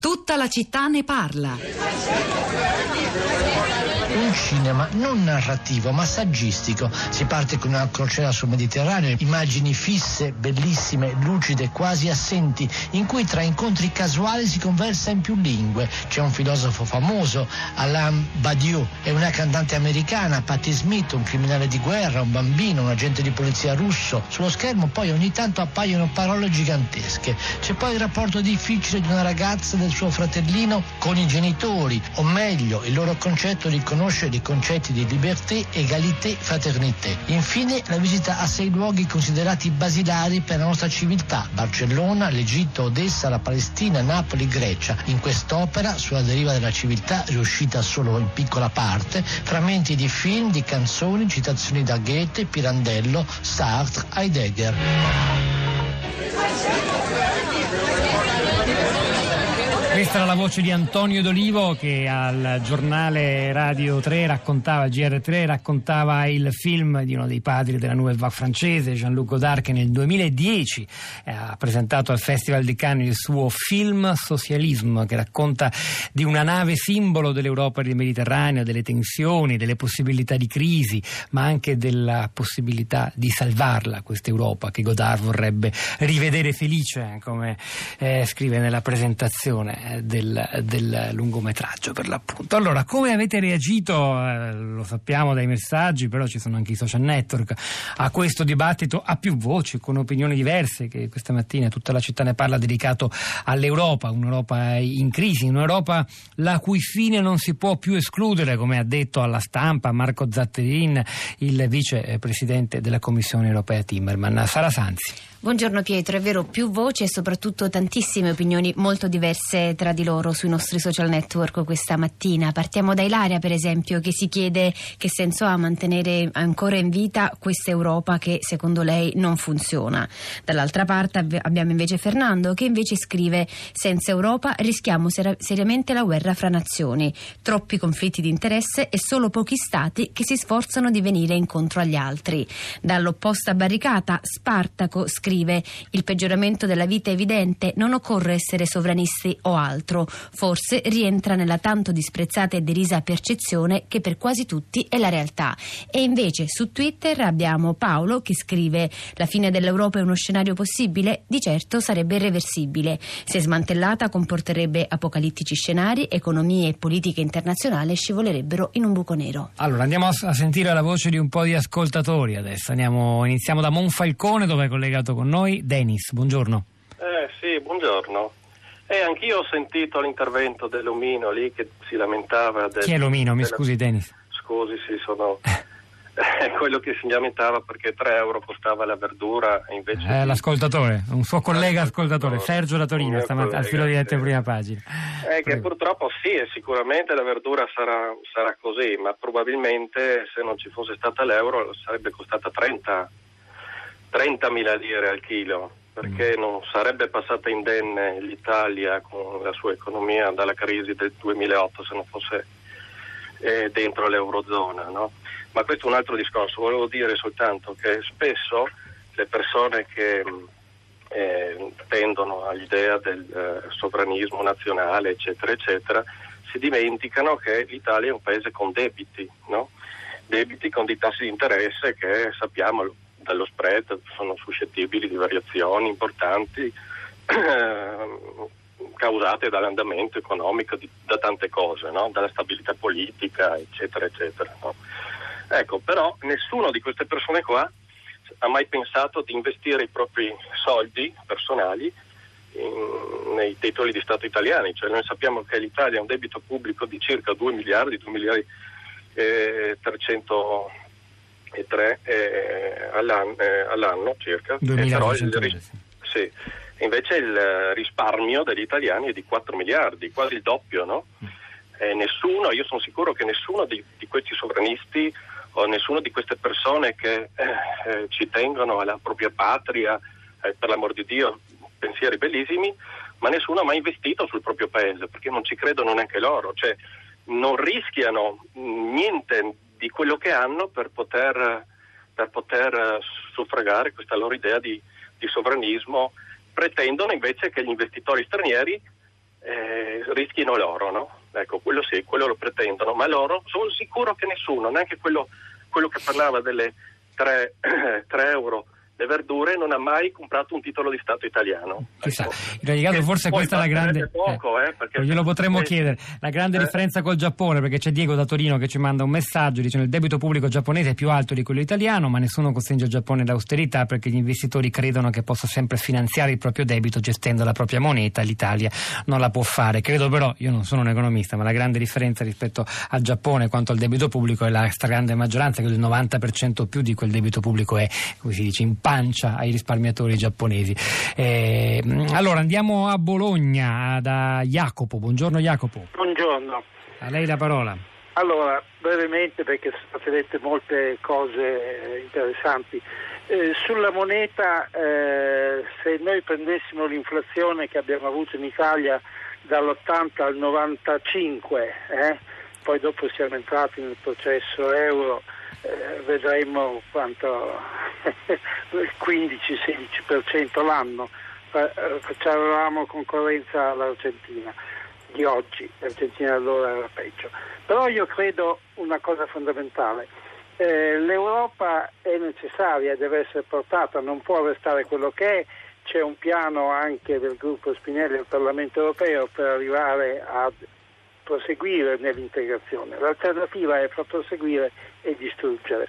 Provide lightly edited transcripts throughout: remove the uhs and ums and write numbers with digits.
Tutta la città ne parla. Un cinema non narrativo ma saggistico. Si parte con una crociera sul Mediterraneo, immagini fisse, bellissime, lucide, quasi assenti, in cui tra incontri casuali si conversa in più lingue. C'è un filosofo famoso, Alain Badiou, e una cantante americana, Patti Smith, un criminale di guerra, un bambino, un agente di polizia russo. Sullo schermo poi ogni tanto appaiono parole gigantesche. C'è poi il rapporto difficile di una ragazza e del suo fratellino con i genitori, o meglio, il loro concetto di conoscere i concetti di libertà, egalité, fraternité. Infine la visita a 6 luoghi considerati basilari per la nostra civiltà: Barcellona, l'Egitto, Odessa, la Palestina, Napoli, Grecia. In quest'opera, sulla deriva della civiltà, riuscita solo in piccola parte, frammenti di film, di canzoni, citazioni da Goethe, Pirandello, Sartre, Heidegger. Questa era la voce di Antonio D'Olivo che al giornale Radio 3 raccontava, il GR3 raccontava il film di uno dei padri della Nouvelle Vague francese, Jean-Luc Godard, che nel 2010 ha presentato al Festival di Cannes il suo film Socialisme, che racconta di una nave simbolo dell'Europa e del Mediterraneo, delle tensioni, delle possibilità di crisi, ma anche della possibilità di salvarla, questa Europa che Godard vorrebbe rivedere felice, come scrive nella presentazione del lungometraggio, per l'appunto. Allora, come avete reagito, lo sappiamo dai messaggi, però ci sono anche i social network, a questo dibattito a più voci, con opinioni diverse, che questa mattina Tutta la città ne parla, dedicato all'Europa, un'Europa in crisi, un'Europa la cui fine non si può più escludere, come ha detto alla stampa Marco Zatterin, il vicepresidente della Commissione europea Timmermans. Sara Sanzi. Buongiorno Pietro, è vero, più voci e soprattutto tantissime opinioni molto diverse tra di loro sui nostri social network questa mattina. Partiamo da Ilaria, per esempio, che si chiede che senso ha mantenere ancora in vita questa Europa che secondo lei non funziona. Dall'altra parte abbiamo invece Fernando, che invece scrive: senza Europa rischiamo seriamente la guerra fra nazioni, troppi conflitti di interesse e solo pochi stati che si sforzano di venire incontro agli altri. Dall'opposta barricata Spartaco scrive: il peggioramento della vita è evidente, non occorre essere sovranisti o altro, forse rientra nella tanto disprezzata e derisa percezione che per quasi tutti è la realtà. E invece su Twitter abbiamo Paolo che scrive: la fine dell'Europa è uno scenario possibile? Di certo sarebbe irreversibile. Se smantellata comporterebbe apocalittici scenari, economie e politiche internazionali scivolerebbero in un buco nero. Allora andiamo a sentire la voce di un po' di ascoltatori adesso. Iniziamo da Monfalcone, dove è collegato con noi Denis. Buongiorno. Sì, buongiorno. Anch'io ho sentito l'intervento dell'Omino lì che si lamentava Chi è l'Omino? Mi scusi Denis. Scusi, sì, sono quello che si lamentava perché 3 euro costava la verdura e invece l'ascoltatore, un suo collega ascoltatore, Sergio da Torino, stamattina al filo diretto in prima pagina. Che purtroppo sì, e sicuramente la verdura sarà così, ma probabilmente se non ci fosse stata l'euro sarebbe costata 30.000 lire al chilo, perché non sarebbe passata indenne l'Italia con la sua economia dalla crisi del 2008 se non fosse dentro l'Eurozona, no? Ma questo è un altro discorso. Volevo dire soltanto che spesso le persone che tendono all'idea del sovranismo nazionale, eccetera, eccetera, si dimenticano che l'Italia è un paese con debiti, no? Debiti con dei tassi di interesse che sappiamo dallo spread sono suscettibili di variazioni importanti causate dall'andamento economico da tante cose, no? Dalla stabilità politica, eccetera, eccetera, no? Ecco, però nessuno di queste persone qua ha mai pensato di investire i propri soldi personali nei titoli di Stato italiani. Cioè noi sappiamo che l'Italia ha un debito pubblico di circa 2 miliardi 303 all'anno circa, però sì. Invece il risparmio degli italiani è di 4 miliardi, quasi il doppio, no? Io sono sicuro che nessuno di questi sovranisti o nessuno di queste persone che ci tengono alla propria patria, per l'amor di Dio, pensieri bellissimi, ma nessuno ha mai investito sul proprio paese, perché non ci credono neanche loro, cioè non rischiano niente di quello che hanno per poter suffragare questa loro idea di sovranismo. Pretendono invece che gli investitori stranieri rischino l'oro, no? Ecco, quello sì, quello lo pretendono, ma l'oro sono sicuro che nessuno, neanche quello che parlava delle 3 euro le verdure, non ha mai comprato un titolo di Stato italiano. Chissà, ecco. in ogni caso forse questa è la grande poco, perché glielo potremmo chiedere, la grande differenza col Giappone, perché c'è Diego da Torino che ci manda un messaggio dicendo: il debito pubblico giapponese è più alto di quello italiano, ma nessuno costringe il Giappone all'austerità perché gli investitori credono che possa sempre finanziare il proprio debito gestendo la propria moneta. L'Italia non la può fare. Credo però, io non sono un economista, ma la grande differenza rispetto al Giappone quanto al debito pubblico è la stragrande maggioranza, che il 90% più di quel debito pubblico è, come si dice, in pancia ai risparmiatori giapponesi. Allora andiamo a Bologna da Jacopo. Buongiorno Jacopo. Buongiorno. A lei la parola. Allora, brevemente, perché sono state dette molte cose interessanti. Sulla moneta, se noi prendessimo l'inflazione che abbiamo avuto in Italia dall'80 al 95, poi dopo siamo entrati nel processo euro, vedremo quanto il 15-16% l'anno, facevamo concorrenza all'Argentina di oggi, l'Argentina allora era peggio. Però io credo una cosa fondamentale: l'Europa è necessaria, deve essere portata, non può restare quello che è. C'è un piano anche del gruppo Spinelli al Parlamento europeo per arrivare a proseguire nell'integrazione. L'alternativa è far proseguire e distruggere.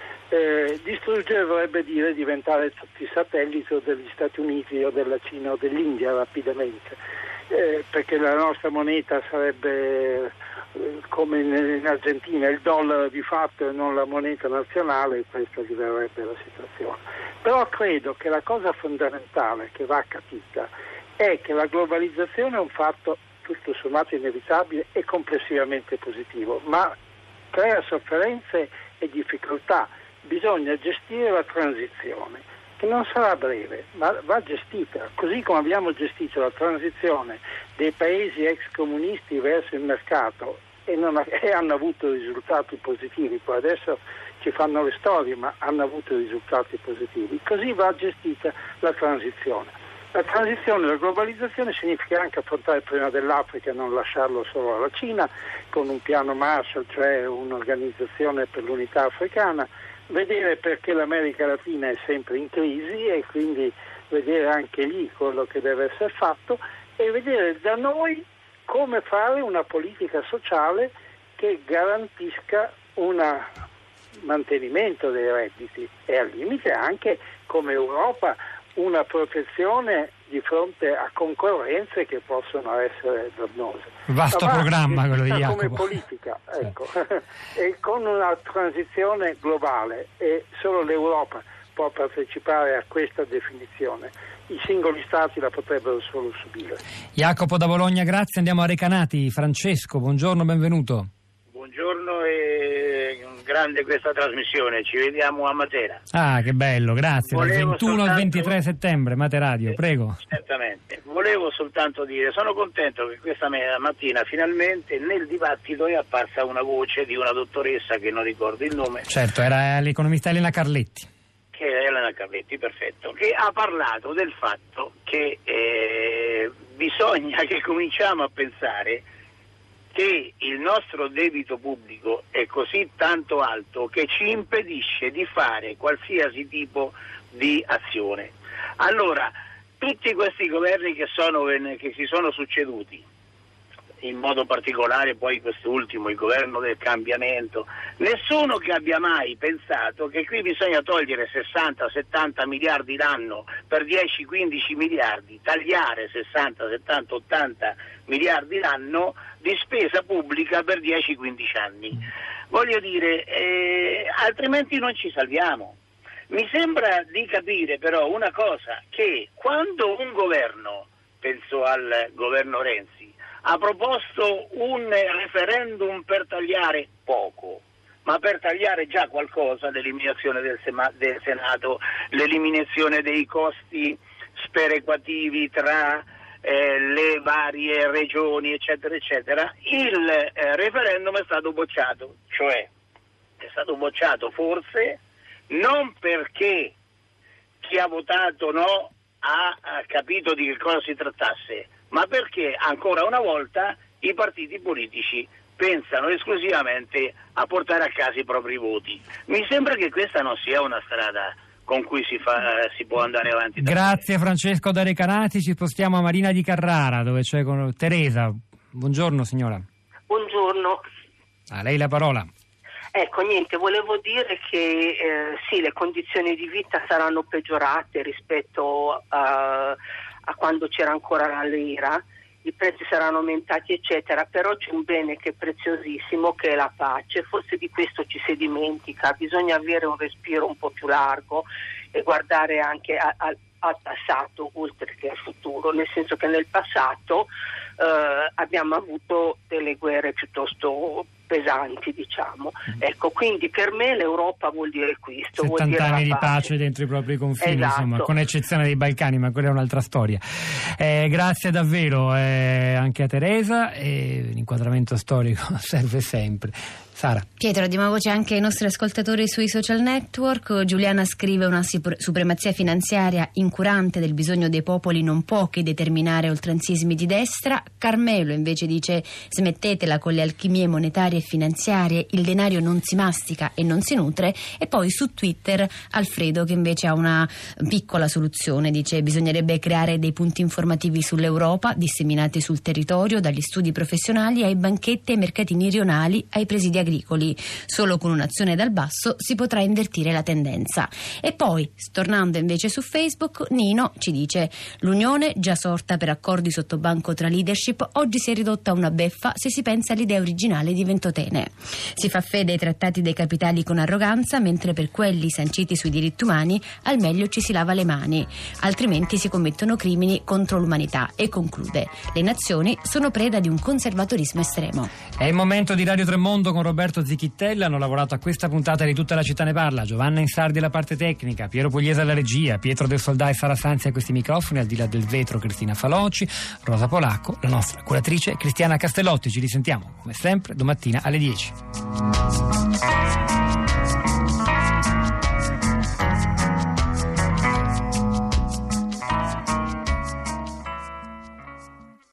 Distruggere vorrebbe dire diventare tutti satelliti degli Stati Uniti o della Cina o dell'India rapidamente, perché la nostra moneta sarebbe come in Argentina il dollaro di fatto e non la moneta nazionale, e questa diverrebbe la situazione. Però credo che la cosa fondamentale che va capita è che la globalizzazione è un fatto tutto sommato inevitabile e complessivamente positivo, ma crea sofferenze e difficoltà. Bisogna gestire la transizione, che non sarà breve, ma va gestita, così come abbiamo gestito la transizione dei paesi ex comunisti verso il mercato e hanno avuto risultati positivi. Poi adesso ci fanno le storie, ma hanno avuto risultati positivi. Così va gestita la transizione. La transizione, la globalizzazione significa anche affrontare il problema dell'Africa e non lasciarlo solo alla Cina, con un piano Marshall, cioè un'organizzazione per l'unità africana, vedere perché l'America Latina è sempre in crisi e quindi vedere anche lì quello che deve essere fatto e vedere da noi come fare una politica sociale che garantisca un mantenimento dei redditi e al limite anche come Europa una protezione di fronte a concorrenze che possono essere dannose. Vasto programma quello di Jacopo. Come politica, ecco, e con una transizione globale, e solo l'Europa può partecipare a questa definizione. I singoli stati la potrebbero solo subire. Jacopo da Bologna, grazie. Andiamo a Recanati. Francesco, buongiorno, benvenuto. Buongiorno e grande questa trasmissione, ci vediamo a Matera. Ah, che bello, grazie. Dal 21 al 23 settembre, Materadio, prego. Certamente. Volevo soltanto dire, sono contento che questa mattina finalmente nel dibattito è apparsa una voce di una dottoressa che non ricordo il nome. Certo, era l'economista Elena Carletti. Che è Elena Carletti, perfetto, che ha parlato del fatto che bisogna che cominciamo a pensare che il nostro debito pubblico è così tanto alto che ci impedisce di fare qualsiasi tipo di azione. Allora, tutti questi governi che si sono succeduti, in modo particolare poi quest'ultimo, il governo del cambiamento, nessuno che abbia mai pensato che qui bisogna togliere 60-70 miliardi l'anno per 10-15 miliardi, tagliare 60, 70, 80 miliardi l'anno di spesa pubblica per 10-15 anni. Voglio dire, altrimenti non ci salviamo. Mi sembra di capire però una cosa, che quando un governo, penso al governo Renzi, ha proposto un referendum per tagliare poco, ma per tagliare già qualcosa, l'eliminazione del Senato, l'eliminazione dei costi sperequativi tra le varie regioni, eccetera, eccetera, il referendum è stato bocciato, cioè è stato bocciato forse non perché chi ha votato no ha capito di che cosa si trattasse, ma perché ancora una volta i partiti politici pensano esclusivamente a portare a casa i propri voti. Mi sembra che questa non sia una strada con cui si può andare avanti. Grazie Francesco da Recanati, ci spostiamo a Marina di Carrara dove c'è con Teresa. Buongiorno signora. Buongiorno. A lei la parola. Ecco, niente, volevo dire che sì, le condizioni di vita saranno peggiorate rispetto a quando c'era ancora la lira, i prezzi saranno aumentati eccetera, però c'è un bene che è preziosissimo, che è la pace. Forse di questo ci si dimentica, bisogna avere un respiro un po' più largo e guardare anche al passato oltre che al futuro, nel senso che nel passato abbiamo avuto delle guerre piuttosto pesanti, diciamo. Ecco, quindi per me l'Europa vuol dire questo, 70 vuol dire anni di pace dentro i propri confini, esatto. Insomma, con eccezione dei Balcani, ma quella è un'altra storia. Grazie davvero anche a Teresa, l'inquadramento storico serve sempre. Sara. Pietro, diamo voce anche ai nostri ascoltatori sui social network. Giuliana scrive: una supremazia finanziaria incurante del bisogno dei popoli non può che determinare oltranzismi di destra. Carmelo invece dice: smettetela con le alchimie monetarie e finanziarie, il denaro non si mastica e non si nutre. E poi su Twitter Alfredo, che invece ha una piccola soluzione, dice: bisognerebbe creare dei punti informativi sull'Europa disseminati sul territorio, dagli studi professionali ai banchetti, ai mercatini rionali, ai presidi agricoli. Solo con un'azione dal basso si potrà invertire la tendenza. E poi, tornando invece su Facebook, Nino ci dice: l'unione, già sorta per accordi sottobanco tra leadership, oggi si è ridotta a una beffa se si pensa all'idea originale di Ventotene. Si fa fede ai trattati dei capitali con arroganza, mentre per quelli sanciti sui diritti umani al meglio ci si lava le mani, altrimenti si commettono crimini contro l'umanità. E conclude: le nazioni sono preda di un conservatorismo estremo. È il momento di Radio Tremondo con Roberto Zichittella. Hanno lavorato a questa puntata di Tutta la città ne parla Giovanna Insardi alla parte tecnica, Piero Pugliese alla regia, Pietro Del Soldà e Sara Sanzi a questi microfoni, al di là del vetro Cristina Faloci, Rosa Polacco, la nostra curatrice Cristiana Castellotti. Ci risentiamo come sempre domattina alle 10.